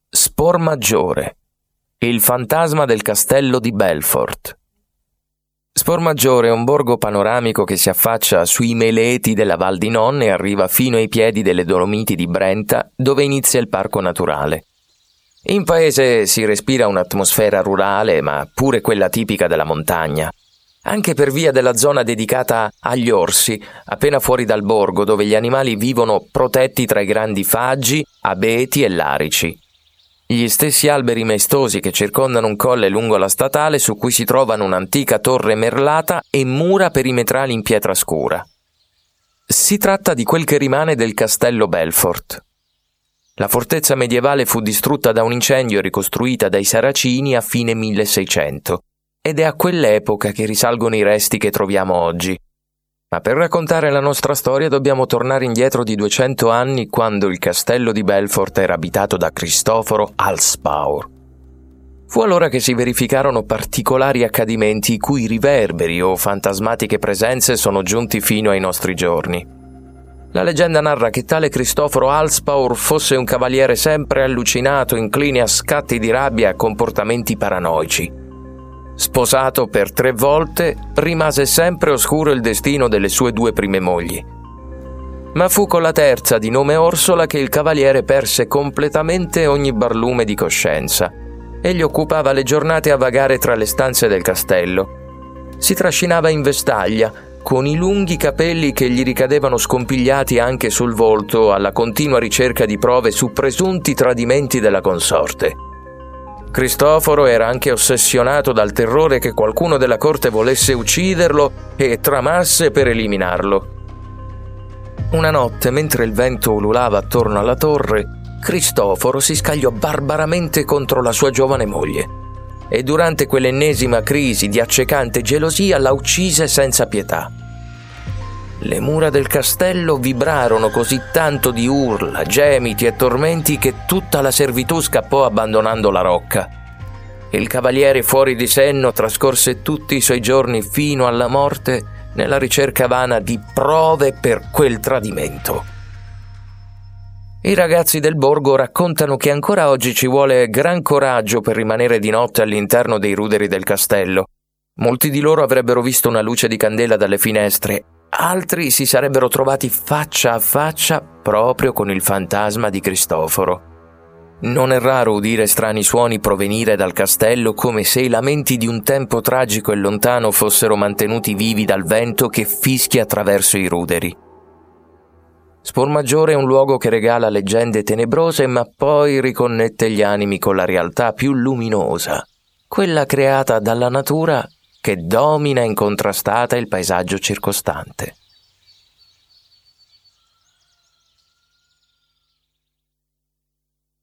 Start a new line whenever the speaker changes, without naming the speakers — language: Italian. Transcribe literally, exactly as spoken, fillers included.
Spormaggiore, il fantasma del castello di Belfort. Spormaggiore è un borgo panoramico che si affaccia sui meleti della Val di Non e arriva fino ai piedi delle Dolomiti di Brenta, dove inizia il parco naturale. In paese si respira un'atmosfera rurale, ma pure quella tipica della montagna, anche per via della zona dedicata agli orsi, appena fuori dal borgo, dove gli animali vivono protetti tra i grandi faggi, abeti e larici. Gli stessi alberi maestosi che circondano un colle lungo la statale su cui si trovano un'antica torre merlata e mura perimetrali in pietra scura. Si tratta di quel che rimane del castello Belfort. La fortezza medievale fu distrutta da un incendio e ricostruita dai Saracini a fine milleseicento, ed è a quell'epoca che risalgono i resti che troviamo oggi. Ma per raccontare la nostra storia dobbiamo tornare indietro di duecento anni, quando il castello di Belfort era abitato da Cristoforo Halsbauer. Fu allora che si verificarono particolari accadimenti i cui riverberi o fantasmatiche presenze sono giunti fino ai nostri giorni. La leggenda narra che tale Cristoforo Halsbauer fosse un cavaliere sempre allucinato, incline a scatti di rabbia e a comportamenti paranoici. Sposato per tre volte, rimase sempre oscuro il destino delle sue due prime mogli. Ma fu con la terza, di nome Orsola, che il cavaliere perse completamente ogni barlume di coscienza. Egli occupava le giornate a vagare tra le stanze del castello. Si trascinava in vestaglia, con i lunghi capelli che gli ricadevano scompigliati anche sul volto, alla continua ricerca di prove su presunti tradimenti della consorte. Cristoforo era anche ossessionato dal terrore che qualcuno della corte volesse ucciderlo e tramasse per eliminarlo. Una notte, mentre il vento ululava attorno alla torre, Cristoforo si scagliò barbaramente contro la sua giovane moglie e durante quell'ennesima crisi di accecante gelosia la uccise senza pietà. Le mura del castello vibrarono così tanto di urla, gemiti e tormenti che tutta la servitù scappò abbandonando la rocca. Il cavaliere, fuori di senno, trascorse tutti i suoi giorni fino alla morte nella ricerca vana di prove per quel tradimento. I ragazzi del borgo raccontano che ancora oggi ci vuole gran coraggio per rimanere di notte all'interno dei ruderi del castello. Molti di loro avrebbero visto una luce di candela dalle finestre. Altri si sarebbero trovati faccia a faccia proprio con il fantasma di Cristoforo. Non è raro udire strani suoni provenire dal castello, come se i lamenti di un tempo tragico e lontano fossero mantenuti vivi dal vento che fischia attraverso i ruderi. Spormaggiore è un luogo che regala leggende tenebrose, ma poi riconnette gli animi con la realtà più luminosa, quella creata dalla natura che domina incontrastata il paesaggio circostante.